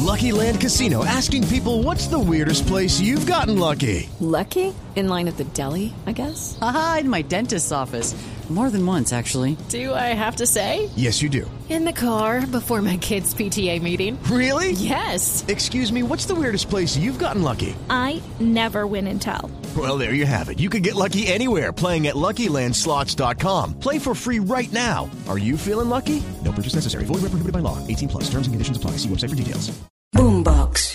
Lucky Land Casino, asking people, what's the weirdest place you've gotten lucky? Lucky? In line at the deli, I guess? Aha, in my dentist's office. More than once, actually. Do I have to say? Yes, you do. In the car before my kids' PTA meeting. Really? Yes. Excuse me, what's the weirdest place you've gotten lucky? I never win and tell. Well, there you have it. You can get lucky anywhere, playing at LuckyLandSlots.com. Play for free right now. Are you feeling lucky? No purchase necessary. Void where prohibited by law. 18 plus. Terms and conditions apply. See website for details. Boombox.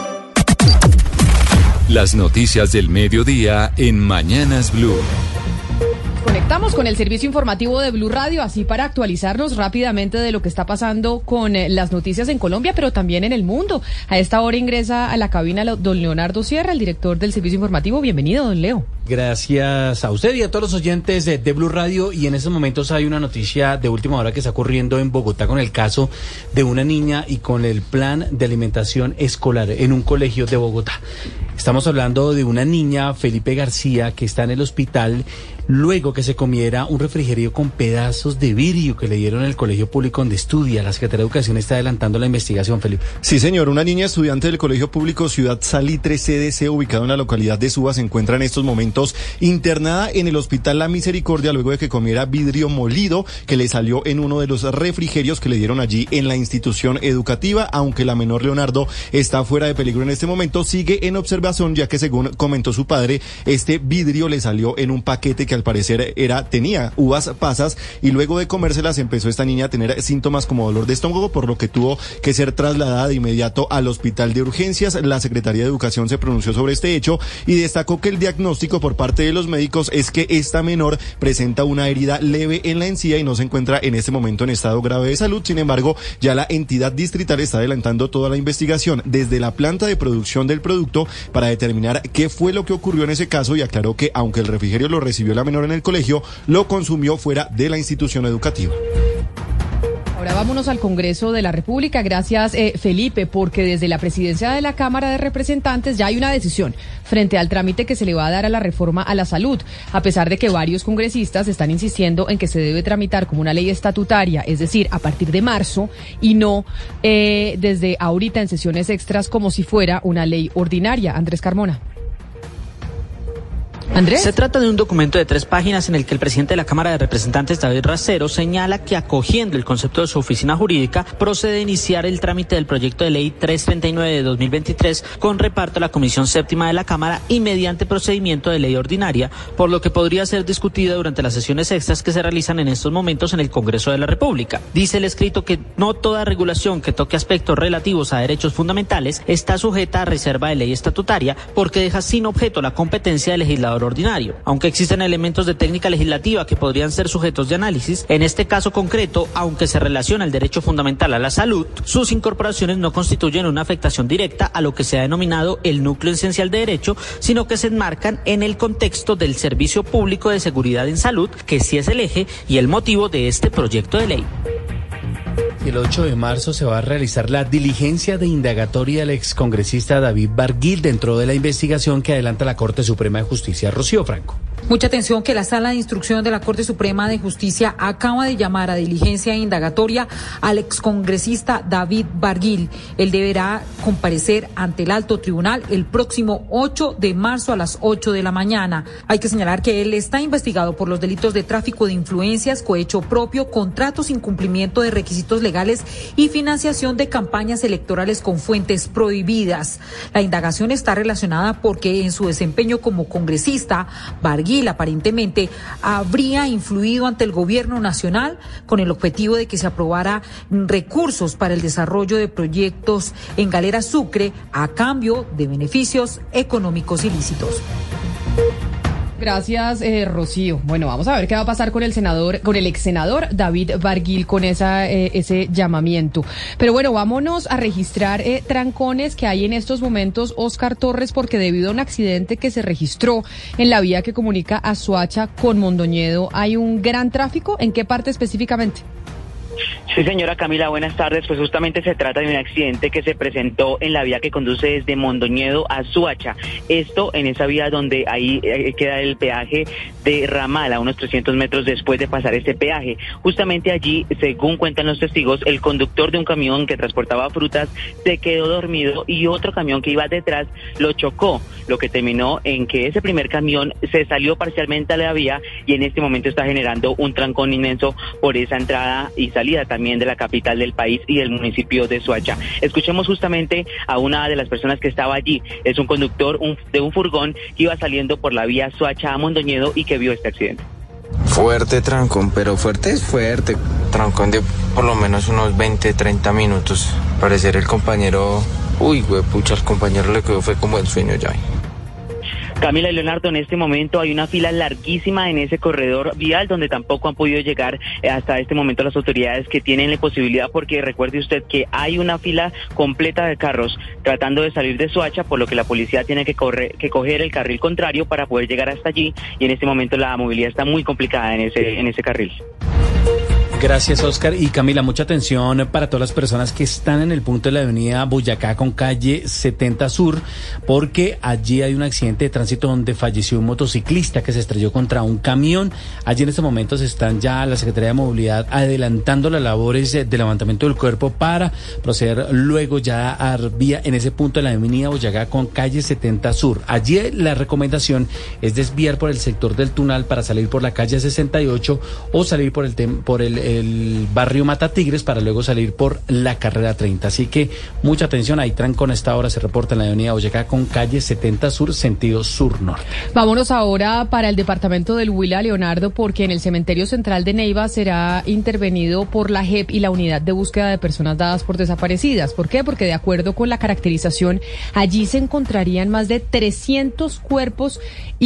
Las noticias del mediodía en Mañanas Blue. Conectamos con el servicio informativo de Blue Radio, así para actualizarnos rápidamente de lo que está pasando con las noticias en Colombia, pero también en el mundo. A esta hora ingresa a la cabina don Leonardo Sierra, el director del servicio informativo. Bienvenido, don Leo. Gracias a usted y a todos los oyentes de Blue Radio. Y en estos momentos hay una noticia de última hora que está ocurriendo en Bogotá con el caso de una niña y con el plan de alimentación escolar en un colegio de Bogotá. Estamos hablando de una niña, Felipe García, que está en el hospital luego que se comiera un refrigerio con pedazos de vidrio que le dieron en el colegio público donde estudia. La Secretaría de Educación está adelantando la investigación, Felipe. Sí, señor. Una niña estudiante del Colegio Público Ciudad Salitre CDC, ubicado en la localidad de Suba, se encuentra en estos momentos internada en el Hospital La Misericordia luego de que comiera vidrio molido que le salió en uno de los refrigerios que le dieron allí en la institución educativa. Aunque la menor, Leonardo, está fuera de peligro en este momento, sigue en observación, ya que según comentó su padre, este vidrio le salió en un paquete que al parecer tenía uvas pasas, y luego de comérselas empezó esta niña a tener síntomas como dolor de estómago, por lo que tuvo que ser trasladada de inmediato al hospital de urgencias. La Secretaría de Educación se pronunció sobre este hecho y destacó que el diagnóstico por parte de los médicos es que esta menor presenta una herida leve en la encía y no se encuentra en este momento en estado grave de salud. Sin embargo, ya la entidad distrital está adelantando toda la investigación desde la planta de producción del producto para determinar qué fue lo que ocurrió en ese caso, y aclaró que aunque el refrigerio lo recibió la menor en el colegio, lo consumió fuera de la institución educativa. Ahora vámonos al Congreso de la República. Gracias, Felipe, porque desde la presidencia de la Cámara de Representantes ya hay una decisión frente al trámite que se le va a dar a la reforma a la salud, a pesar de que varios congresistas están insistiendo en que se debe tramitar como una ley estatutaria, es decir, a partir de marzo, y no desde ahorita en sesiones extras como si fuera una ley ordinaria. Andrés Carmona. ¿Andrés? Se trata de un documento de 3 páginas en el que el presidente de la Cámara de Representantes, David Racero, señala que, acogiendo el concepto de su oficina jurídica, procede a iniciar el trámite del proyecto de ley 339 de 2023 con reparto a la Comisión Séptima de la Cámara y mediante procedimiento de ley ordinaria, por lo que podría ser discutida durante las sesiones extras que se realizan en estos momentos en el Congreso de la República. Dice el escrito que no toda regulación que toque aspectos relativos a derechos fundamentales está sujeta a reserva de ley estatutaria, porque deja sin objeto la competencia del legislador ordinario. Aunque existen elementos de técnica legislativa que podrían ser sujetos de análisis, en este caso concreto, aunque se relaciona el derecho fundamental a la salud, sus incorporaciones no constituyen una afectación directa a lo que se ha denominado el núcleo esencial de derecho, sino que se enmarcan en el contexto del servicio público de seguridad en salud, que sí es el eje y el motivo de este proyecto de ley. El 8 de marzo se va a realizar la diligencia de indagatoria del excongresista David Barguil dentro de la investigación que adelanta la Corte Suprema de Justicia. Rocío Franco. Mucha atención, que la Sala de Instrucción de la Corte Suprema de Justicia acaba de llamar a diligencia indagatoria al excongresista David Barguil. Él deberá comparecer ante el alto tribunal el próximo 8 de marzo a las 8 de la mañana. Hay que señalar que él está investigado por los delitos de tráfico de influencias, cohecho propio, contratos, incumplimiento de requisitos legales y financiación de campañas electorales con fuentes prohibidas. La indagación está relacionada porque en su desempeño como congresista, Barguil aparentemente habría influido ante el gobierno nacional con el objetivo de que se aprobara recursos para el desarrollo de proyectos en Galera Sucre a cambio de beneficios económicos ilícitos. Gracias, Rocío. Bueno, vamos a ver qué va a pasar con el ex senador David Barguil con ese llamamiento. Pero bueno, vámonos a registrar trancones que hay en estos momentos, Oscar Torres, porque debido a un accidente que se registró en la vía que comunica a Soacha con Mondoñedo, hay un gran tráfico. ¿En qué parte específicamente? Sí, señora Camila, buenas tardes. Pues justamente se trata de un accidente que se presentó en la vía que conduce desde Mondoñedo a Soacha. Esto en esa vía donde ahí queda el peaje de Ramal, a unos 300 metros después de pasar este peaje. Justamente allí, según cuentan los testigos, el conductor de un camión que transportaba frutas se quedó dormido y otro camión que iba detrás lo chocó, lo que terminó en que ese primer camión se salió parcialmente a la vía y en este momento está generando un trancón inmenso por esa entrada y salida también de la capital del país y del municipio de Soacha. Escuchemos justamente a una de las personas que estaba allí. Es un conductor de un furgón que iba saliendo por la vía Soacha a Mondoñedo y que vio este accidente. Fuerte trancón, pero fuerte es fuerte. Trancón de por lo menos unos 20-30 minutos. Parecer el compañero... Uy, pucha, al compañero le quedó fue como el sueño ya. Camila y Leonardo, en este momento hay una fila larguísima en ese corredor vial donde tampoco han podido llegar hasta este momento las autoridades que tienen la posibilidad, porque recuerde usted que hay una fila completa de carros tratando de salir de Soacha, por lo que la policía tiene que coger el carril contrario para poder llegar hasta allí y en este momento la movilidad está muy complicada en ese carril. Gracias, Oscar. Y Camila, mucha atención para todas las personas que están en el punto de la avenida Boyacá con calle 70 Sur, porque allí hay un accidente de tránsito donde falleció un motociclista que se estrelló contra un camión. Allí en estos momentos están ya la Secretaría de Movilidad adelantando las labores de levantamiento del cuerpo para proceder luego ya a vía en ese punto de la avenida Boyacá con calle 70 Sur. Allí la recomendación es desviar por el sector del Tunal para salir por la calle 68 o salir por el barrio Mata Tigres para luego salir por la carrera 30. Así que mucha atención, hay trancón a esta hora, se reporta en la avenida Boyacá con calle 70 Sur, sentido sur-norte. Vámonos ahora para el departamento del Huila, Leonardo, porque en el cementerio central de Neiva será intervenido por la JEP y la unidad de búsqueda de personas dadas por desaparecidas. ¿Por qué? Porque de acuerdo con la caracterización, allí se encontrarían más de 300 cuerpos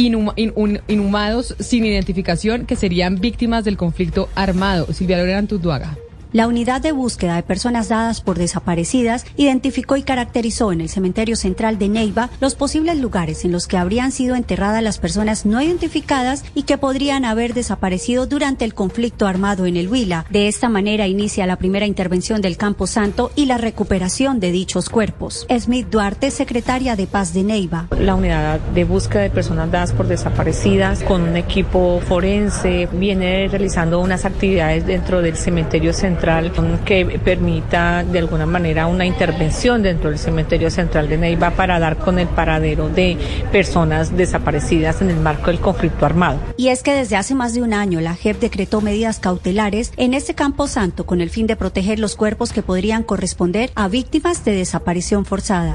inhumados sin identificación que serían víctimas del conflicto armado. Silvia Lorena Antutuaga. La unidad de búsqueda de personas dadas por desaparecidas identificó y caracterizó en el cementerio central de Neiva los posibles lugares en los que habrían sido enterradas las personas no identificadas y que podrían haber desaparecido durante el conflicto armado en el Huila. De esta manera inicia la primera intervención del Campo Santo y la recuperación de dichos cuerpos. Smith Duarte, secretaria de Paz de Neiva. La unidad de búsqueda de personas dadas por desaparecidas con un equipo forense viene realizando unas actividades dentro del cementerio central que permita de alguna manera una intervención dentro del cementerio central de Neiva para dar con el paradero de personas desaparecidas en el marco del conflicto armado. Y es que desde hace más de un año la JEP decretó medidas cautelares en este Campo Santo con el fin de proteger los cuerpos que podrían corresponder a víctimas de desaparición forzada.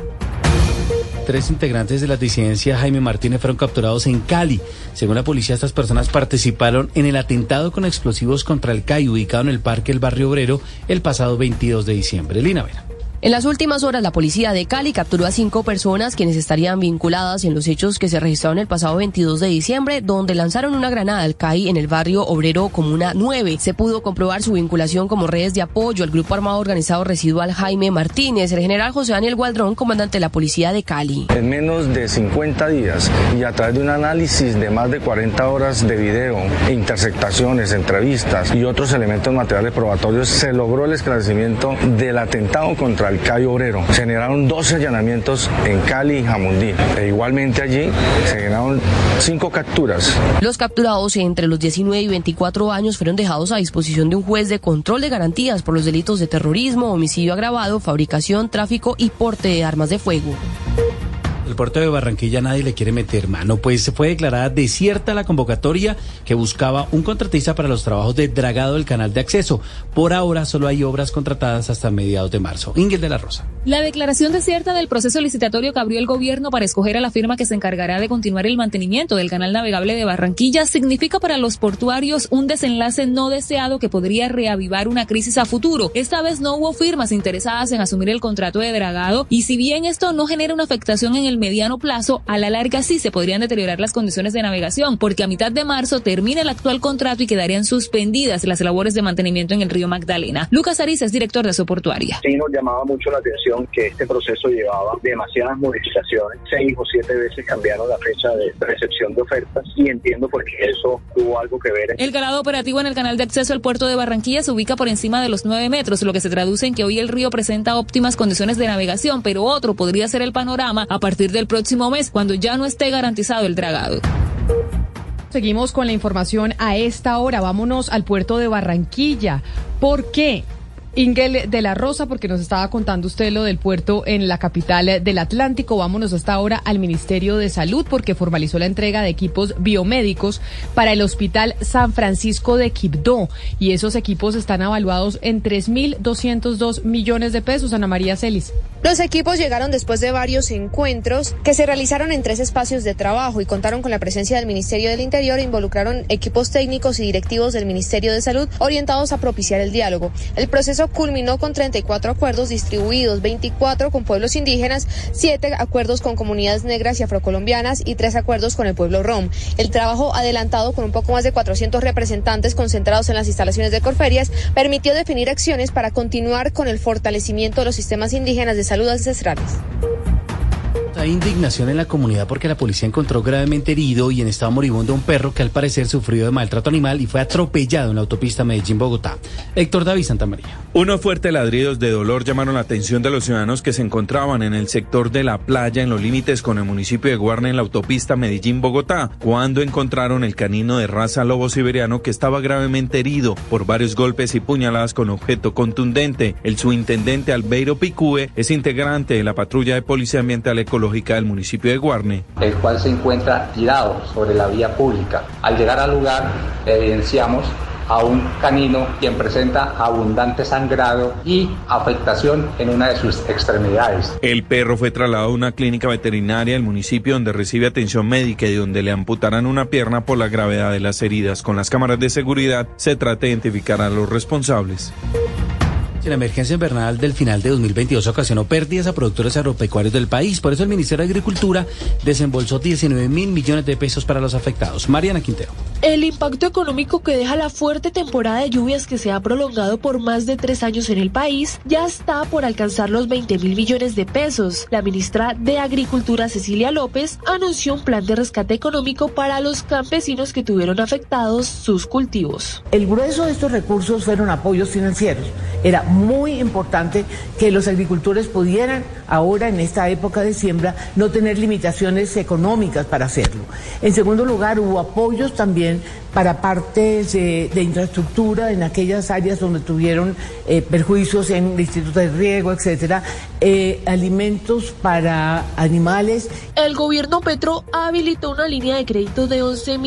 3 integrantes de la disidencia Jaime Martínez fueron capturados en Cali. Según la policía, estas personas participaron en el atentado con explosivos contra el CAI ubicado en el Parque El Barrio Obrero el pasado 22 de diciembre. Lina Vera. En las últimas horas, la policía de Cali capturó a 5 personas quienes estarían vinculadas en los hechos que se registraron el pasado 22 de diciembre, donde lanzaron una granada al CAI en el barrio obrero Comuna 9. Se pudo comprobar su vinculación como redes de apoyo al grupo armado organizado residual Jaime Martínez. El general José Daniel Gualdrón, comandante de la policía de Cali. En menos de 50 días y a través de un análisis de más de 40 horas de video, interceptaciones, entrevistas y otros elementos materiales probatorios, se logró el esclarecimiento del atentado contra el CAI obrero. Se generaron 12 allanamientos en Cali y Jamundí. E igualmente allí se generaron 5 capturas. Los capturados entre los 19 y 24 años fueron dejados a disposición de un juez de control de garantías por los delitos de terrorismo, homicidio agravado, fabricación, tráfico y porte de armas de fuego. El puerto de Barranquilla nadie le quiere meter mano, pues fue declarada desierta la convocatoria que buscaba un contratista para los trabajos de dragado del canal de acceso. Por ahora solo hay obras contratadas hasta mediados de marzo. Ingrid de la Rosa. La declaración desierta del proceso licitatorio que abrió el gobierno para escoger a la firma que se encargará de continuar el mantenimiento del canal navegable de Barranquilla significa para los portuarios un desenlace no deseado que podría reavivar una crisis a futuro. Esta vez no hubo firmas interesadas en asumir el contrato de dragado y si bien esto no genera una afectación en el el mediano plazo, a la larga sí se podrían deteriorar las condiciones de navegación, porque a mitad de marzo termina el actual contrato y quedarían suspendidas las labores de mantenimiento en el río Magdalena. Lucas Ariza es director de Asoportuaria. Sí, nos llamaba mucho la atención que este proceso llevaba demasiadas modificaciones. 6 o 7 veces cambiaron la fecha de recepción de ofertas y entiendo por qué eso tuvo algo que ver. El calado operativo en el canal de acceso al puerto de Barranquilla se ubica por encima de los 9 metros, lo que se traduce en que hoy el río presenta óptimas condiciones de navegación, pero otro podría ser el panorama a partir del próximo mes, cuando ya no esté garantizado el dragado. Seguimos con la información a esta hora. Vámonos al puerto de Barranquilla. ¿Por qué? Ingel de la Rosa, porque nos estaba contando usted lo del puerto en la capital del Atlántico. Vámonos hasta ahora al Ministerio de Salud, porque formalizó la entrega de equipos biomédicos para el Hospital San Francisco de Quibdó. Y esos equipos están avaluados en 3.202 millones de pesos. Ana María Celis. Los equipos llegaron después de varios encuentros que se realizaron en 3 espacios de trabajo y contaron con la presencia del Ministerio del Interior e involucraron equipos técnicos y directivos del Ministerio de Salud orientados a propiciar el diálogo. El proceso culminó con 34 acuerdos distribuidos, 24 con pueblos indígenas, 7 acuerdos con comunidades negras y afrocolombianas y 3 acuerdos con el pueblo rom. El trabajo adelantado con un poco más de 400 representantes concentrados en las instalaciones de Corferias permitió definir acciones para continuar con el fortalecimiento de los sistemas indígenas de salud ancestrales. Hay indignación en la comunidad porque la policía encontró gravemente herido y en estado moribundo a un perro que al parecer sufrió de maltrato animal y fue atropellado en la autopista Medellín-Bogotá. Héctor David Santamaría. Unos fuertes ladridos de dolor llamaron la atención de los ciudadanos que se encontraban en el sector de la playa en los límites con el municipio de Guarne en la autopista Medellín-Bogotá, cuando encontraron el canino de raza lobo siberiano que estaba gravemente herido por varios golpes y puñaladas con objeto contundente. El subintendente Albeiro Picúe es integrante de la patrulla de Policía Ambiental Ecológica del municipio de Guarne, el cual se encuentra tirado sobre la vía pública. Al llegar al lugar evidenciamos a un canino quien presenta abundante sangrado y afectación en una de sus extremidades. El perro fue trasladado a una clínica veterinaria del municipio donde recibe atención médica y donde le amputarán una pierna por la gravedad de las heridas. Con las cámaras de seguridad se trata de identificar a los responsables. La emergencia invernal del final de 2022 ocasionó pérdidas a productores agropecuarios del país. Por eso el Ministerio de Agricultura desembolsó 19.000 millones de pesos para los afectados. Mariana Quintero. El impacto económico que deja la fuerte temporada de lluvias que se ha prolongado por más de 3 años en el país ya está por alcanzar los 20.000 millones de pesos. La ministra de Agricultura, Cecilia López, anunció un plan de rescate económico para los campesinos que tuvieron afectados sus cultivos. El grueso de estos recursos fueron apoyos financieros. Era muy importante que los agricultores pudieran ahora en esta época de siembra no tener limitaciones económicas para hacerlo. En segundo lugar, hubo apoyos también para partes de infraestructura en aquellas áreas donde tuvieron perjuicios en institutos de riego, etcétera, alimentos para animales. El gobierno Petro habilitó una línea de crédito de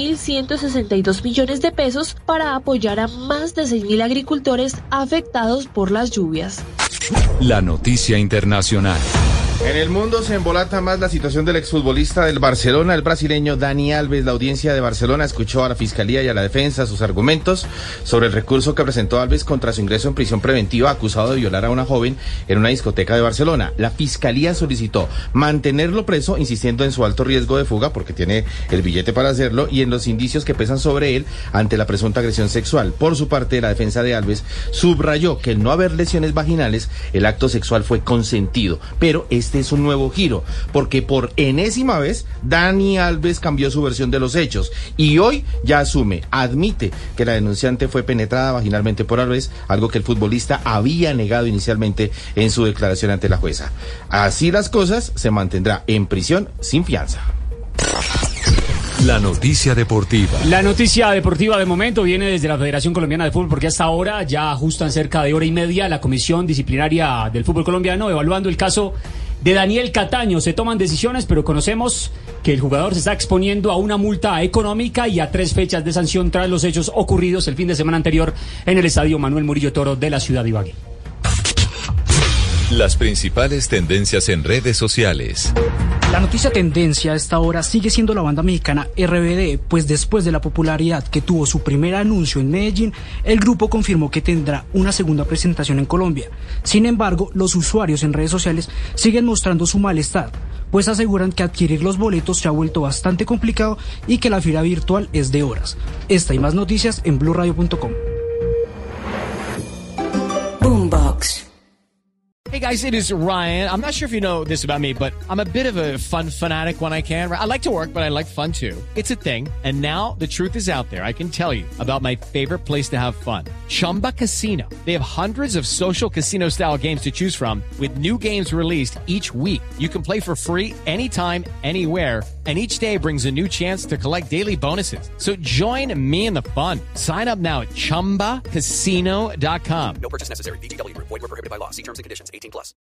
11.162 millones de pesos para apoyar a más de 6.000 agricultores afectados por las lluvias. La noticia internacional. En el mundo se embolata más la situación del exfutbolista del Barcelona, el brasileño Dani Alves. La audiencia de Barcelona escuchó a la Fiscalía y a la defensa sus argumentos sobre el recurso que presentó Alves contra su ingreso en prisión preventiva acusado de violar a una joven en una discoteca de Barcelona. La Fiscalía solicitó mantenerlo preso, insistiendo en su alto riesgo de fuga porque tiene el billete para hacerlo y en los indicios que pesan sobre él ante la presunta agresión sexual. Por su parte, la defensa de Alves subrayó que al no haber lesiones vaginales, el acto sexual fue consentido, pero este es un nuevo giro, porque por enésima vez Dani Alves cambió su versión de los hechos y hoy ya admite que la denunciante fue penetrada vaginalmente por Alves, algo que el futbolista había negado inicialmente en su declaración ante la jueza. Así las cosas, se mantendrá en prisión sin fianza. La noticia deportiva. La noticia deportiva de momento viene desde la Federación Colombiana de Fútbol, porque hasta ahora ya ajustan cerca de hora y media la Comisión Disciplinaria del Fútbol Colombiano evaluando el caso de Daniel Cataño. Se toman decisiones, pero conocemos que el jugador se está exponiendo a una multa económica y a 3 fechas de sanción tras los hechos ocurridos el fin de semana anterior en el estadio Manuel Murillo Toro de la ciudad de Ibagué. Las principales tendencias en redes sociales. La noticia tendencia a esta hora sigue siendo la banda mexicana RBD, pues después de la popularidad que tuvo su primer anuncio en Medellín, el grupo confirmó que tendrá una segunda presentación en Colombia. Sin embargo, los usuarios en redes sociales siguen mostrando su malestar, pues aseguran que adquirir los boletos se ha vuelto bastante complicado y que la fila virtual es de horas. Esta y más noticias en blurradio.com. Boombox. Hey guys, it is Ryan. I'm not sure if you know this about me, but I'm a bit of a fun fanatic when I can. I like to work, but I like fun too. It's a thing. And now the truth is out there. I can tell you about my favorite place to have fun. Chumba Casino. They have hundreds of social casino style games to choose from with new games released each week. You can play for free anytime, anywhere. And each day brings a new chance to collect daily bonuses. So join me in the fun. Sign up now at ChumbaCasino.com. No purchase necessary. VGW Group. Void where prohibited by law. See terms and conditions. 18+.